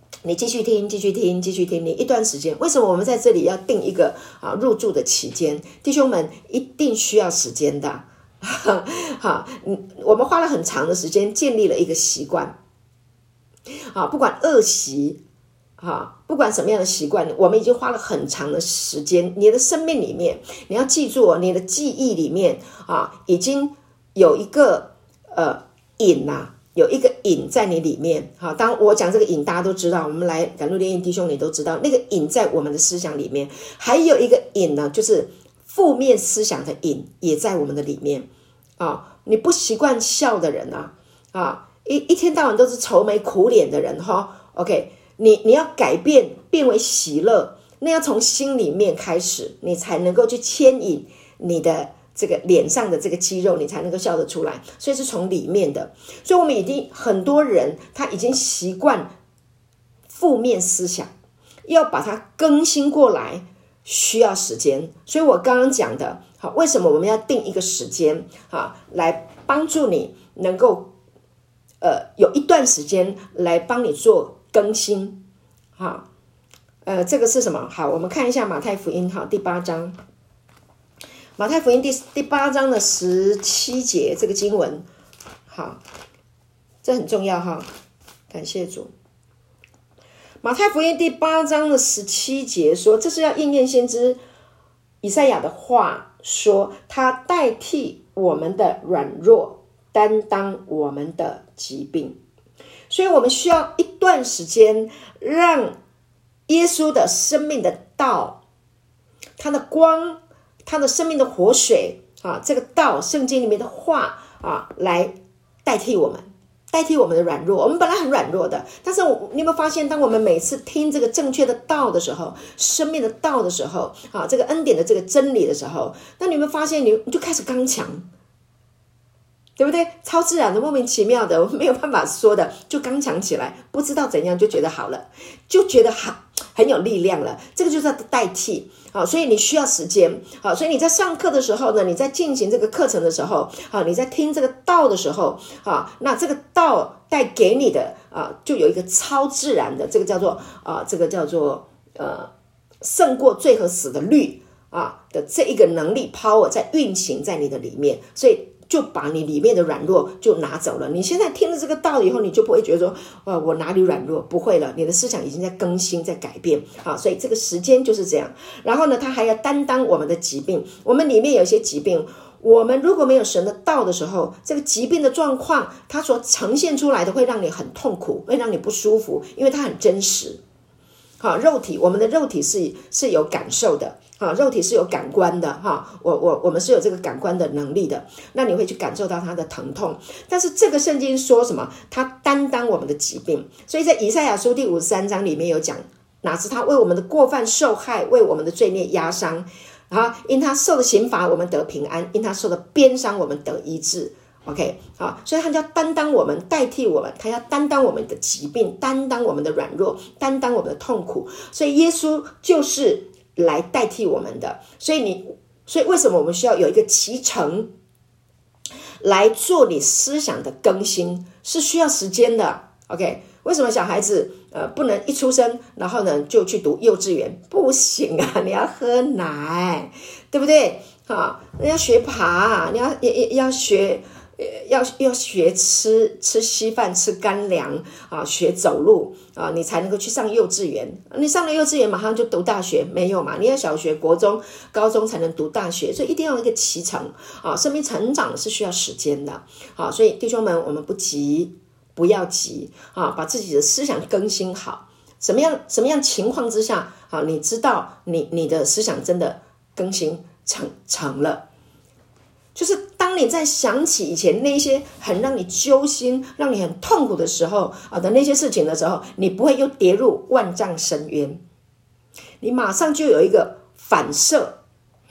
你继续听，继续听，继续听，你一段时间。为什么我们在这里要定一个啊入住的期间？弟兄们一定需要时间的。好，我们花了很长的时间建立了一个习惯。好，不管恶习，好，不管什么样的习惯，我们已经花了很长的时间。你的生命里面，你要记住哦，你的记忆里面啊，已经有一个呃瘾呐、啊。有一个瘾在你里面，好，当我讲这个瘾，大家都知道，我们来赶路联营弟兄，你都知道，那个瘾在我们的思想里面。还有一个瘾呢，就是负面思想的瘾也在我们的里面啊。你不习惯笑的人啊，啊，一一天到晚都是愁眉苦脸的人哈 ，OK， 你你要改变，变为喜乐，那要从心里面开始，你才能够去牵引你的这个脸上的这个肌肉，你才能够笑得出来，所以是从里面的。所以我们已经很多人他已经习惯负面思想，要把它更新过来需要时间。所以我刚刚讲的，好，为什么我们要定一个时间啊，来帮助你能够呃有一段时间来帮你做更新。好，呃，这个是什么？好，我们看一下马太福音，好，第八章。马太福音 第, 第八章的十七节，这个经文，好，这很重要哈，感谢主。马太福音第八章的十七节说，这是要应验先知以赛亚的话，说他代替我们的软弱，担当我们的疾病。所以我们需要一段时间，让耶稣的生命的道，他的光，他的生命的活水啊，这个道，圣经里面的话啊，来代替我们，代替我们的软弱。我们本来很软弱的，但是你有没有发现，当我们每次听这个正确的道的时候，生命的道的时候啊，这个恩典的这个真理的时候，那你有没有发现你你就开始刚强，对不对？超自然的，莫名其妙的，没有办法说的，就刚强起来，不知道怎样就觉得好了，就觉得好，很有力量了。这个就是它的代替。好，所以你需要时间。好，所以你在上课的时候呢，你在进行这个课程的时候，好，你在听这个道的时候，好，那这个道带给你的啊，就有一个超自然的，这个叫做啊，这个叫做呃，胜过罪和死的律啊的这一个能力 power 在运行在你的里面，所以就把你里面的软弱就拿走了。你现在听了这个道以后，你就不会觉得说，哇，我哪里软弱？不会了，你的思想已经在更新，在改变。好，所以这个时间就是这样。然后呢，他还要担当我们的疾病。我们里面有一些疾病，我们如果没有神的道的时候，这个疾病的状况，它所呈现出来的会让你很痛苦，会让你不舒服，因为它很真实。好，肉体，我们的肉体是是有感受的，哈，肉体是有感官的，哈，我我我们是有这个感官的能力的，那你会去感受到它的疼痛。但是这个圣经说什么？他担当我们的疾病，所以在以赛亚书第五十三章里面有讲，哪知他为我们的过犯受害，为我们的罪孽压伤，啊，因他受的刑罚我们得平安，因他受的鞭伤我们得医治。OK， 好，所以他要担当我们，代替我们，他要担当我们的疾病，担当我们的软弱，担当我们的痛苦。所以耶稣就是来代替我们的。所以你，所以为什么我们需要有一个期程来做你思想的更新，是需要时间的。OK， 为什么小孩子呃不能一出生然后呢就去读幼稚园？不行啊，你要喝奶，对不对？啊，你要学爬，你要也要学。要要学吃吃稀饭，吃干粮啊，学走路啊，你才能够去上幼稚园。你上了幼稚园，马上就读大学没有嘛？你要小学、国中、高中才能读大学，所以一定要有一个期程啊。生命成长是需要时间的啊，所以弟兄们，我们不急，不要急啊，把自己的思想更新好。什么样什么样情况之下啊？你知道你你的思想真的更新成成了。就是当你在想起以前那些很让你揪心、让你很痛苦的时候啊的那些事情的时候，你不会又跌入万丈深渊，你马上就有一个反射。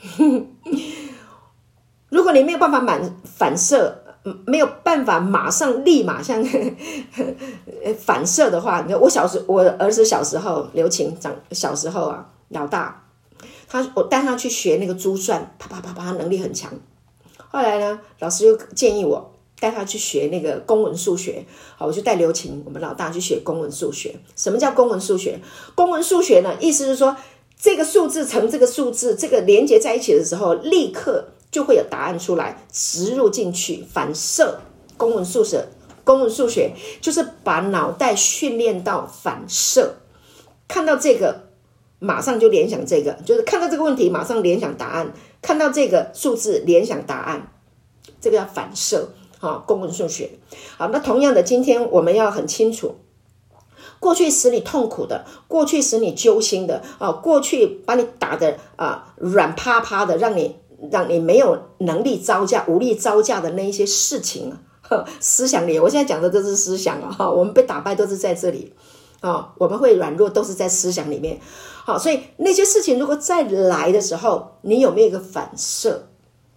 如果你没有办法反反射，没有办法马上立马像反射的话，我小时我儿子小时候，刘晴长小时候啊，老大，他我带他去学那个珠算，啪啪啪啪，能力很强。后来呢，老师就建议我带他去学那个公文数学，好，我就带刘晴，我们老大去学公文数学。什么叫公文数学？公文数学呢，意思是说这个数字乘这个数字，这个连接在一起的时候，立刻就会有答案出来，植入进去，反射。公文数学，公文数学就是把脑袋训练到反射，看到这个马上就联想这个，就是看到这个问题马上联想答案，看到这个数字联想答案，这个叫反射。好，公文数学。好，那同样的，今天我们要很清楚，过去使你痛苦的，过去使你揪心的，啊，过去把你打的啊软趴趴的，让你让你没有能力招架、无力招架的那一些事情啊，思想里，我现在讲的都是思想啊，我们被打败都是在这里啊，我们会软弱都是在思想里面。好，所以那些事情如果再来的时候，你有没有一个反射？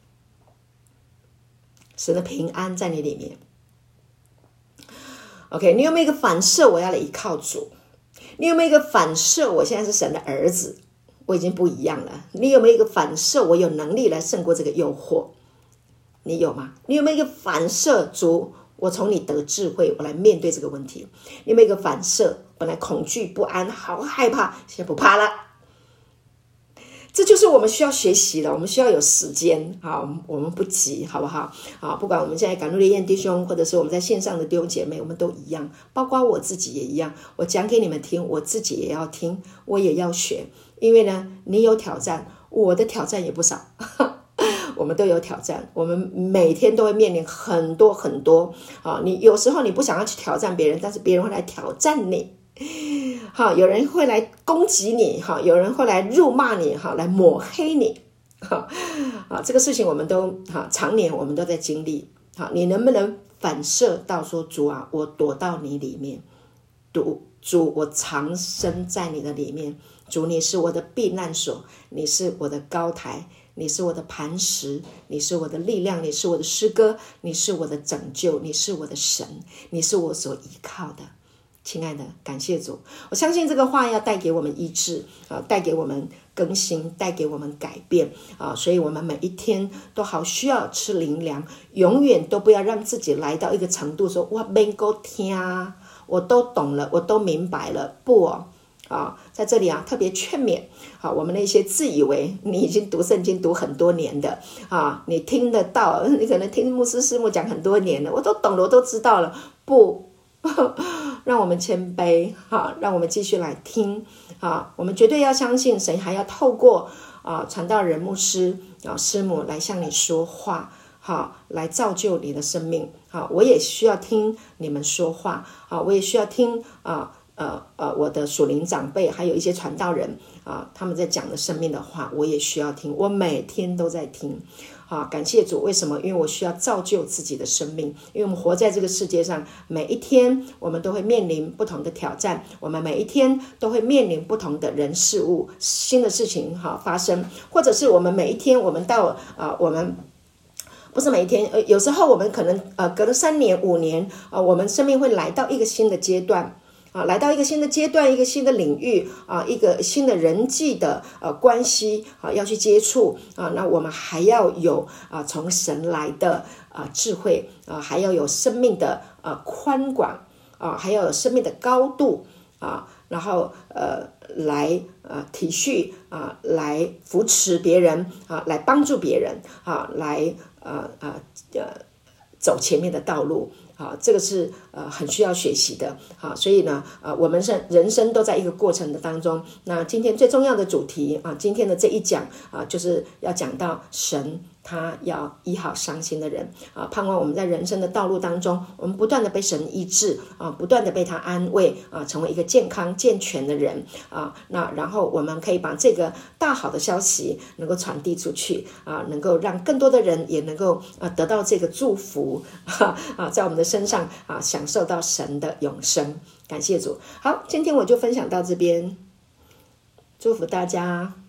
神的平安在你里面。OK， 你有没有一个反射？我要来依靠主。你有没有一个反射？我现在是神的儿子，我已经不一样了。你有没有一个反射？我有能力来胜过这个诱惑。你有吗？你有没有一个反射？主，我从你得智慧，我来面对这个问题。你有没有一个反射？本来恐惧不安，好害怕，现在不怕了。这就是我们需要学习的，我们需要有时间，好，我们不急，好不好？好，不管我们现在赶路的燕弟兄，或者是我们在线上的弟兄姐妹，我们都一样，包括我自己也一样。我讲给你们听，我自己也要听，我也要学，因为呢，你有挑战，我的挑战也不少，我们都有挑战，我们每天都会面临很多很多。好，你有时候你不想要去挑战别人，但是别人会来挑战你。好，有人会来攻击你，好，有人会来辱骂你，好，来抹黑你，好，啊，这个事情我们都好，常年我们都在经历。好，你能不能反射到说，主啊，我躲到你里面，主，主，我藏身在你的里面，主，你是我的避难所，你是我的高台，你是我的磐石，你是我的力量，你是我的诗歌，你是我的拯救，你是我的神，你是我所依靠的。亲爱的，感谢主，我相信这个话要带给我们医治啊，带给我们更新，带给我们改变啊，所以我们每一天都好需要吃灵粮，永远都不要让自己来到一个程度说，我免够听，我都懂了，我都明白了，不哦。啊，在这里啊，特别劝勉啊，我们那些自以为你已经读圣经读很多年的啊，你听得到，你可能听牧师师母讲很多年了，我都懂了，我都知道了，不。让我们谦卑，好，让我们继续来听，好，我们绝对要相信神还要透过啊传道人、牧师啊师母来向你说话，好，来造就你的生命，好，我也需要听你们说话，好，我也需要听啊呃呃我的属灵长辈，还有一些传道人啊他们在讲的生命的话，我也需要听，我每天都在听。啊，感谢主！为什么？因为我需要造就自己的生命，因为我们活在这个世界上，每一天我们都会面临不同的挑战，我们每一天都会面临不同的人事物、新的事情哈发生，或者是我们每一天，我们到啊、呃，我们不是每一天，呃，有时候我们可能呃隔了三年、五年啊、呃，我们生命会来到一个新的阶段。啊，来到一个新的阶段，一个新的领域啊，一个新的人际的呃关系啊，要去接触啊，那我们还要有啊从神来的啊智慧啊，还要有生命的呃宽广啊，还要有生命的高度啊，然后呃来呃体恤啊，来扶持别人啊，来帮助别人啊，来呃呃呃走前面的道路。啊，这个是呃很需要学习的，好，所以呢，呃，我们是人生都在一个过程的当中。那今天最重要的主题啊，今天的这一讲啊，就是要讲到神他要医好伤心的人啊，盼望我们在人生的道路当中，我们不断的被神医治啊，不断的被他安慰啊，成为一个健康健全的人啊。那然后我们可以把这个大好的消息能够传递出去啊，能够让更多的人也能够啊得到这个祝福啊，啊在我们的身上啊享受到神的永生。感谢主。好，今天我就分享到这边，祝福大家。